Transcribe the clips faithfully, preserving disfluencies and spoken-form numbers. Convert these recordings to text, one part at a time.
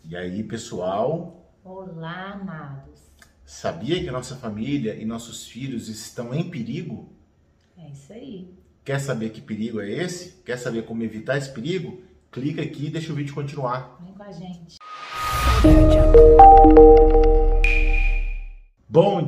E aí, pessoal? Olá, amados. Sabia que nossa família e nossos filhos estão em perigo? É isso aí. Quer saber que perigo é esse? Quer saber como evitar esse perigo? Clica aqui e deixa o vídeo continuar. Vem com a gente. Bom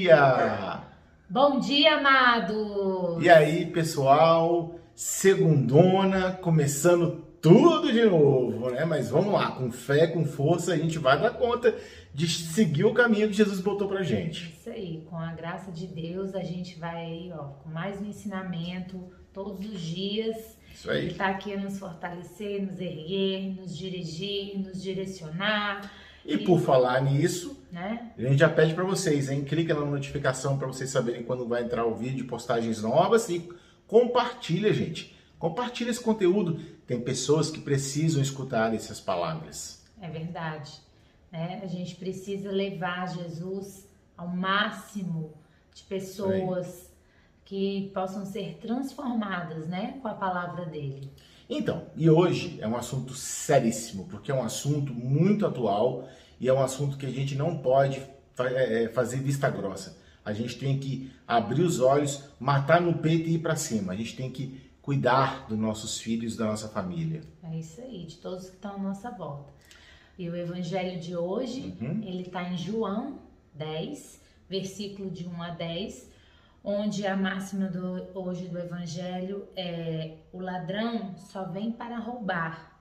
dia! Bom dia, amados! E aí, pessoal? Segundona, começando tudo de novo, né? Mas vamos lá, com fé, com força, a gente vai dar conta de seguir o caminho que Jesus botou pra gente. Isso aí, com a graça de Deus, a gente vai aí, ó, com mais um ensinamento todos os dias. Isso aí. Ele tá aqui a nos fortalecer, nos erguer, nos dirigir, nos direcionar. E, e por falar nisso, né? A gente já pede pra vocês, hein? Clica na notificação pra vocês saberem quando vai entrar o vídeo, postagens novas e compartilha, gente. Compartilha esse conteúdo. Tem pessoas que precisam escutar essas palavras. É verdade. Né? A gente precisa levar Jesus ao máximo de pessoas que possam ser transformadas, né, com a palavra dele. Então, e hoje é um assunto seríssimo, porque é um assunto muito atual e é um assunto que a gente não pode fazer vista grossa. A gente tem que abrir os olhos, matar no peito e ir para cima. A gente tem que cuidar dos nossos filhos, da nossa família. É isso aí, de todos que estão à nossa volta. E o evangelho de hoje, uhum. ele está em João dez, versículo de um a dez, onde a máxima do, hoje do evangelho é: o ladrão só vem para roubar,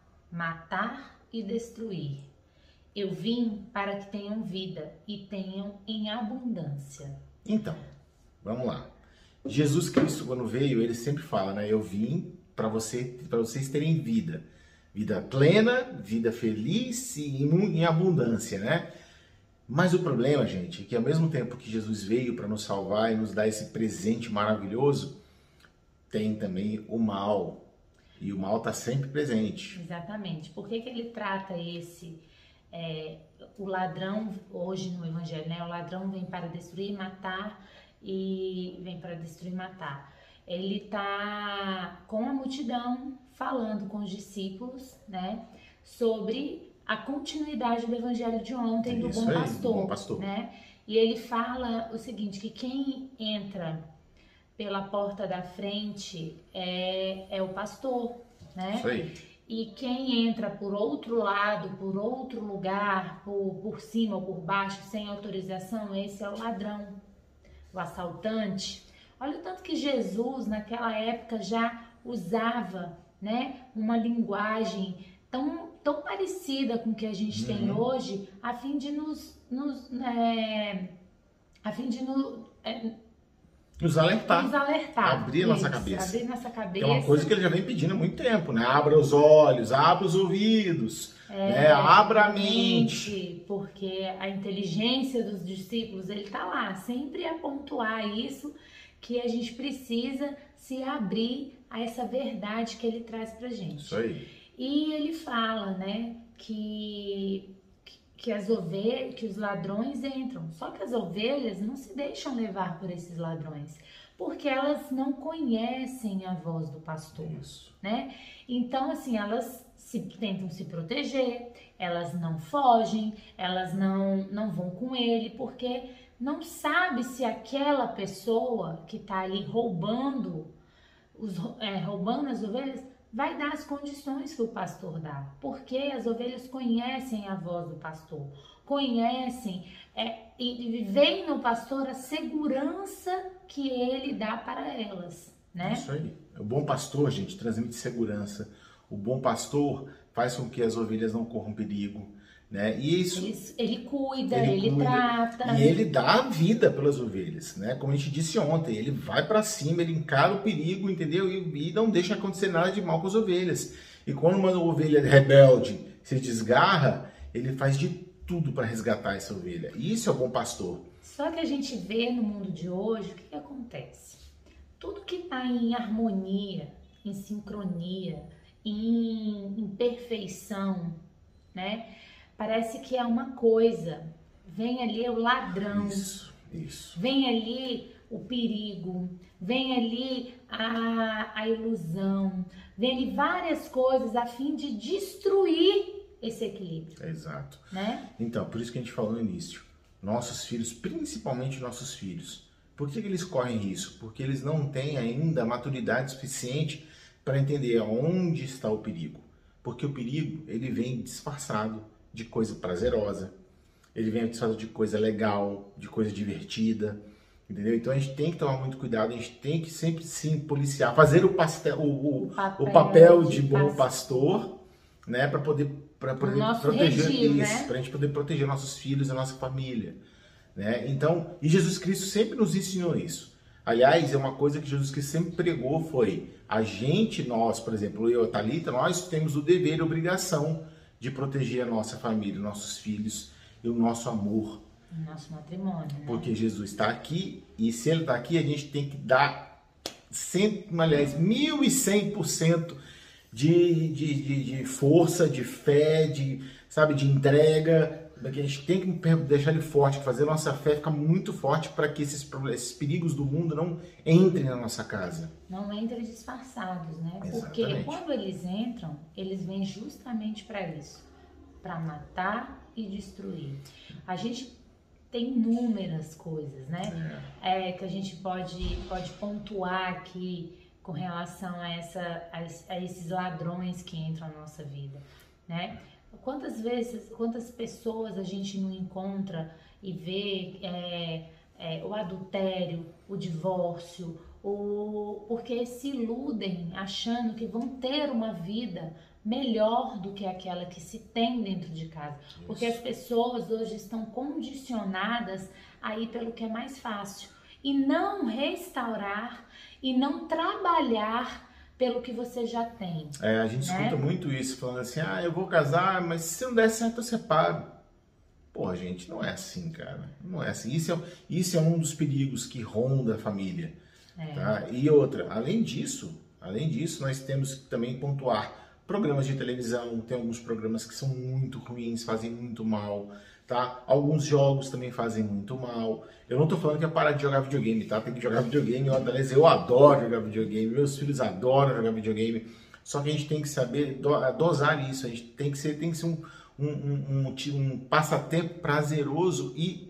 matar e destruir. Eu vim para que tenham vida e tenham em abundância. Então, vamos lá. Jesus Cristo, quando veio, ele sempre fala, né? Eu vim para você, para vocês terem vida. Vida plena, vida feliz e em abundância, né? Mas o problema, gente, é que ao mesmo tempo que Jesus veio para nos salvar e nos dar esse presente maravilhoso, tem também o mal. E o mal está sempre presente. Exatamente. Por que que ele trata esse... É, o ladrão, hoje no evangelho, né? O ladrão vem para destruir, matar e vem para destruir e matar. Ele tá com a multidão falando com os discípulos, né? Sobre a continuidade do evangelho de ontem, do Isso bom aí, pastor, bom pastor, né? E ele fala o seguinte, que quem entra pela porta da frente é, é o pastor, né? Isso aí. E quem entra por outro lado, por outro lugar, por, por cima ou por baixo, sem autorização, esse é o ladrão, o assaltante. Olha o tanto que Jesus, naquela época, já usava, né, uma linguagem tão, tão parecida com o que a gente uhum. tem hoje, a fim de nos... nos é, a fim de nos... É, Nos alertar, nos alertar, abrir a nossa cabeça. Abrir nossa cabeça. Que é uma coisa que ele já vem pedindo há muito tempo, né? Abra os olhos, abra os ouvidos, é, né? Abra a mente. Porque a inteligência dos discípulos, ele tá lá, sempre a pontuar isso, que a gente precisa se abrir a essa verdade que ele traz pra gente. Isso aí. E ele fala, né, que... que as ovelhas, que os ladrões entram. Só que as ovelhas não se deixam levar por esses ladrões, porque elas não conhecem a voz do pastor, Isso. né? Então, assim, elas se, tentam se proteger, elas não fogem, elas não, não vão com ele, porque não sabe se aquela pessoa que tá ali roubando, os, é, roubando as ovelhas, vai dar as condições que o pastor dá, porque as ovelhas conhecem a voz do pastor, conhecem é, e veem no pastor a segurança que ele dá para elas, né? Isso aí. O bom pastor, gente, transmite segurança. O bom pastor faz com que as ovelhas não corram perigo, né? E isso ele, ele cuida, ele, ele cuida, trata e ele dá a vida pelas ovelhas, né? Como a gente disse ontem, ele vai para cima, ele encara o perigo, entendeu? E, e não deixa acontecer nada de mal com as ovelhas. E quando uma ovelha rebelde se desgarra, ele faz de tudo para resgatar essa ovelha. E isso é o bom pastor. Só que a gente vê no mundo de hoje o que, que acontece. Tudo que está em harmonia, em sincronia, em, em perfeição, né? Parece que é uma coisa, vem ali o ladrão, isso, isso. Vem ali o perigo, vem ali a, a ilusão, vem ali várias coisas a fim de destruir esse equilíbrio. Exato. Né? Então, por isso que a gente falou no início, nossos filhos, principalmente nossos filhos, por que, que eles correm risco? Porque eles não têm ainda maturidade suficiente para entender aonde está o perigo. Porque o perigo, ele vem disfarçado de coisa prazerosa, ele vem disfarçado de coisa legal, de coisa divertida, entendeu? Então a gente tem que tomar muito cuidado, a gente tem que sempre sim policiar, fazer o, pastel, o, o, o, papel, o papel de, de bom pastor, né, para poder, pra poder proteger redil, isso, né? para a gente poder proteger nossos filhos, a nossa família, né? Então, e Jesus Cristo sempre nos ensinou isso. Aliás, é uma coisa que Jesus Cristo sempre pregou, foi a gente, nós, por exemplo, eu e a Thalita, nós temos o dever e a obrigação de proteger a nossa família, nossos filhos e o nosso amor. O nosso matrimônio, né? Porque Jesus está aqui e se Ele está aqui, a gente tem que dar, cem, aliás, mil e cem por cento de, de, de, de força, de fé, de, sabe, de entrega. A gente tem que deixar ele forte, fazer a nossa fé ficar muito forte para que esses, esses perigos do mundo não entrem na nossa casa. Não entrem disfarçados, né? Exatamente. Porque quando eles entram, eles vêm justamente para isso, para matar e destruir. A gente tem inúmeras coisas, né? É. É, que a gente pode, pode pontuar aqui com relação a, essa, a, a esses ladrões que entram na nossa vida, né? Quantas vezes, quantas pessoas a gente não encontra e vê é, é, o adultério, o divórcio, o, porque se iludem achando que vão ter uma vida melhor do que aquela que se tem dentro de casa. Isso. Porque as pessoas hoje estão condicionadas a ir pelo que é mais fácil e não restaurar e não trabalhar pelo que você já tem. É, a gente né? escuta muito isso, falando assim, ah, eu vou casar, mas se não der certo eu separo. Pô, gente, não é assim, cara. Não é assim. Isso é, isso é um dos perigos que ronda a família. É. Tá? E outra, além disso, além disso, nós temos que também pontuar programas de televisão, tem alguns programas que são muito ruins, fazem muito mal, tá? Alguns jogos também fazem muito mal. Eu não tô falando que é parar de jogar videogame, tá? Tem que jogar videogame, eu, aliás, eu adoro jogar videogame, meus filhos adoram jogar videogame, só que a gente tem que saber dosar isso, a gente tem que ser, tem que ser um, um, um, um, um passatempo prazeroso e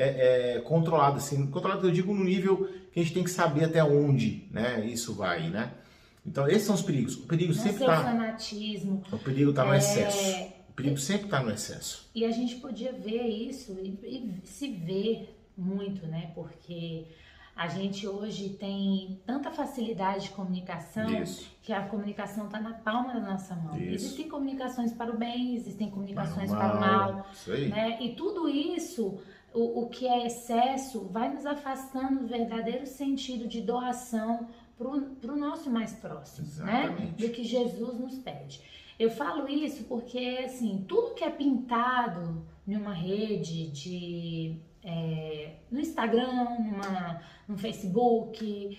é, é, controlado, assim, controlado eu digo no nível que a gente tem que saber até onde, né, isso vai, né? Então, esses são os perigos. O perigo não sempre está... está... fanatismo. O perigo está no é... excesso. O perigo sempre está no excesso. E a gente podia ver isso e, e se ver muito, né? Porque a gente hoje tem tanta facilidade de comunicação isso. que a comunicação está na palma da nossa mão. Isso. Existem comunicações para o bem, existem comunicações para o mal. Isso aí. Né? E tudo isso... O, o que é excesso vai nos afastando do verdadeiro sentido de doação para o nosso mais próximo, Exatamente. né? Do que Jesus nos pede. Eu falo isso porque, assim, tudo que é pintado numa rede de... É, no Instagram, numa, no Facebook,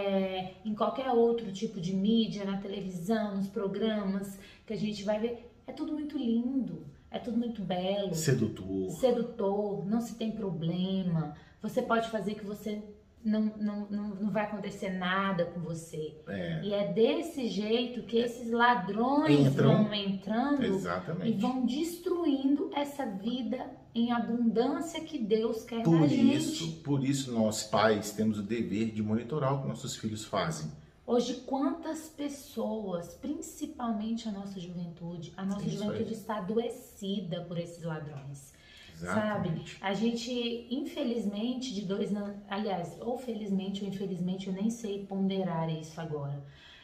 é, em qualquer outro tipo de mídia, na televisão, nos programas que a gente vai ver, é tudo muito lindo. É tudo muito belo. Sedutor. Sedutor, não se tem problema. Você pode fazer que você não, não, não, não vai acontecer nada com você. É. E é desse jeito que esses ladrões Entram. vão entrando Exatamente. e vão destruindo essa vida em abundância que Deus quer por da isso, gente. Por isso nós pais temos o dever de monitorar o que nossos filhos fazem. Hoje, quantas pessoas, principalmente a nossa juventude, a nossa Isso juventude aí. Está adoecida por esses ladrões, Exatamente. sabe? A gente, infelizmente, de dois anos, aliás, ou felizmente ou infelizmente, eu nem sei ponderar isso agora,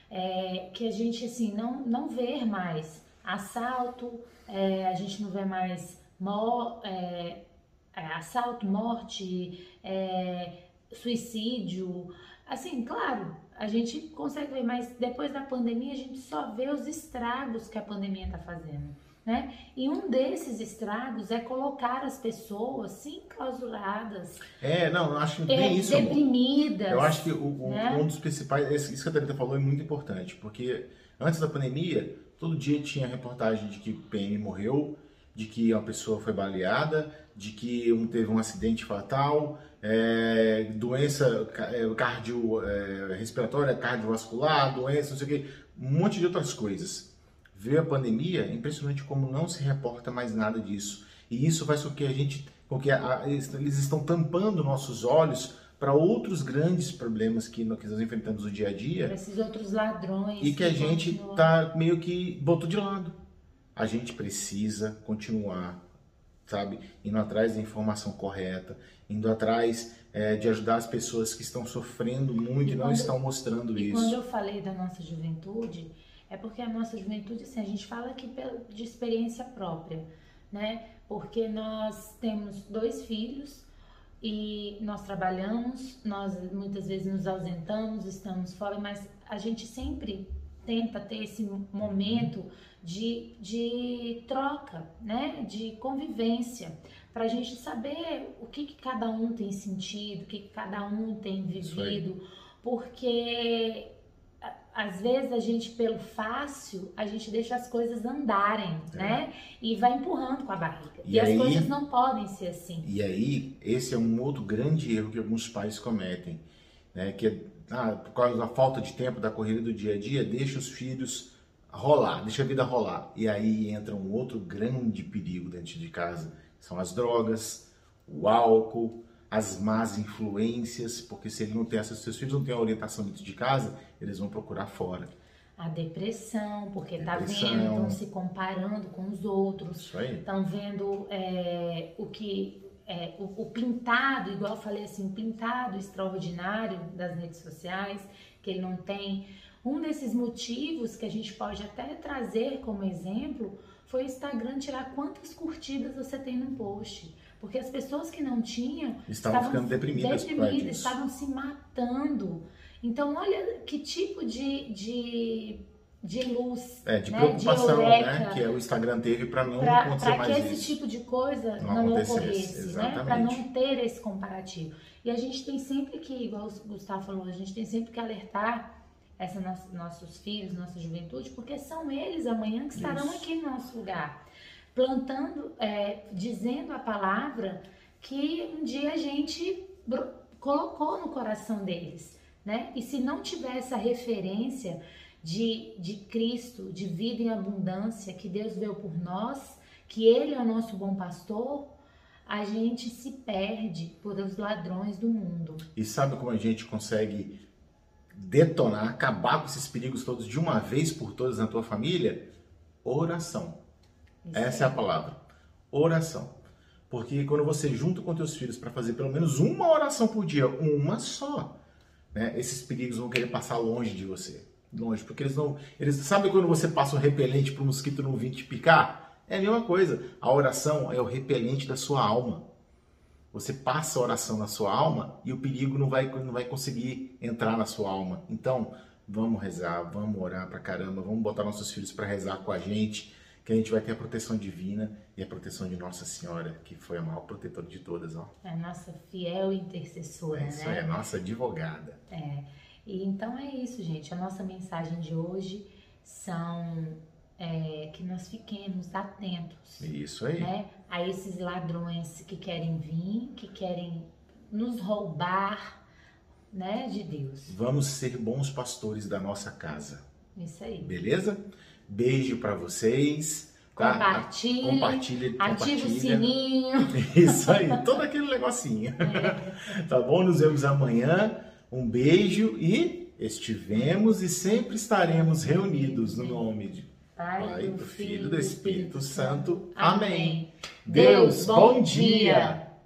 é, que a gente, assim, não, não vê mais assalto, é, a gente não vê mais mor, é, é, assalto, morte, é, suicídio, assim, claro, a gente consegue ver, mas depois da pandemia a gente só vê os estragos que a pandemia está fazendo, né? E um desses estragos é colocar as pessoas, sim, clausuradas. É, não, eu acho que tem é, isso. Deprimidas. Eu acho que o, né? um dos principais, isso que a Thalita falou é muito importante, porque antes da pandemia, todo dia tinha reportagem de que P M morreu, de que uma pessoa foi baleada, de que um, teve um acidente fatal, é, doença cardio, é, respiratória, cardiovascular, doença, não sei o que, um monte de outras coisas. Veio a pandemia, é impressionante como não se reporta mais nada disso. E isso faz com que a gente, com que a, a, eles estão tampando nossos olhos para outros grandes problemas que, que nós enfrentamos no dia a dia. Para esses outros ladrões. E que, que a gente continuam... tá meio que botou de lado. A gente precisa continuar, sabe, indo atrás da informação correta, indo atrás é, de ajudar as pessoas que estão sofrendo muito e, e não estão mostrando e isso. Quando eu falei da nossa juventude, é porque a nossa juventude, assim, a gente fala aqui de experiência própria, né? Porque nós temos dois filhos e nós trabalhamos, nós muitas vezes nos ausentamos, estamos fora, mas a gente sempre tenta ter esse momento de, de troca, né? De convivência, para a gente saber o que, que cada um tem sentido, o que, que cada um tem vivido, porque às vezes a gente, pelo fácil, a gente deixa as coisas andarem, é. né? E vai empurrando com a barriga. E, e aí, as coisas não podem ser assim. E aí, esse é um outro grande erro que alguns pais cometem, né? Que ah, por causa da falta de tempo, da corrida do dia a dia, deixa os filhos rolar, deixa a vida rolar. E aí entra um outro grande perigo dentro de casa. São as drogas, o álcool, as más influências, porque se ele não tem essas, seus filhos não têm a orientação dentro de casa, eles vão procurar fora. A depressão, porque depressão. tá vendo, estão se comparando com os outros, estão vendo é, o que é, o, o pintado, igual eu falei assim, o pintado extraordinário das redes sociais, que ele não tem. Um desses motivos que a gente pode até trazer como exemplo foi o Instagram tirar quantas curtidas você tem num post. Porque as pessoas que não tinham estavam, estavam ficando deprimidas, deprimidas estavam se matando. Então, olha que tipo de, de, de luz, é, de né? preocupação, de né? Que o Instagram teve para não pra, acontecer pra mais que isso. esse tipo de coisa não, não ocorresse, né? Para exatamente. não ter esse comparativo. E a gente tem sempre que, igual o Gustavo falou, a gente tem sempre que alertar essa nossa, nossos filhos, nossa juventude, porque são eles amanhã que estarão isso. aqui no nosso lugar. Plantando, é, dizendo a palavra que um dia a gente colocou no coração deles, né? E se não tiver essa referência de, de Cristo, de vida em abundância, que Deus veio por nós, que Ele é o nosso bom pastor, a gente se perde por os ladrões do mundo. E sabe como a gente consegue detonar, acabar com esses perigos todos de uma vez por todas na tua família? Oração. Isso Essa é. é a palavra, oração. Porque quando você junta com teus filhos para fazer pelo menos uma oração por dia, uma só, né, esses perigos vão querer passar longe de você. Longe, porque eles não... Eles sabem quando você passa um repelente para o mosquito não vir te picar? É a mesma coisa. A oração é o repelente da sua alma. Você passa a oração na sua alma e o perigo não vai, não vai conseguir entrar na sua alma. Então, vamos rezar, vamos orar pra caramba, vamos botar nossos filhos para rezar com a gente, que a gente vai ter a proteção divina e a proteção de Nossa Senhora, que foi a maior protetora de todas, ó. É a nossa fiel intercessora, é, né? Isso é a nossa advogada. É. E então é isso, gente. A nossa mensagem de hoje são é, que nós fiquemos atentos. Isso aí. Né, a esses ladrões que querem vir, que querem nos roubar, né, de Deus. Vamos ser bons pastores da nossa casa. Isso aí. Beleza? Beijo pra vocês. Tá? Compartilhe, Compartilhe, ative o sininho. Isso aí, todo aquele negocinho. É. Tá bom? Nos vemos amanhã. Um beijo e estivemos e sempre estaremos reunidos no nome de Pai, Pai, do do Filho Filho e do Espírito Santo. Amém. Amém. Deus, Deus, bom bom dia. dia.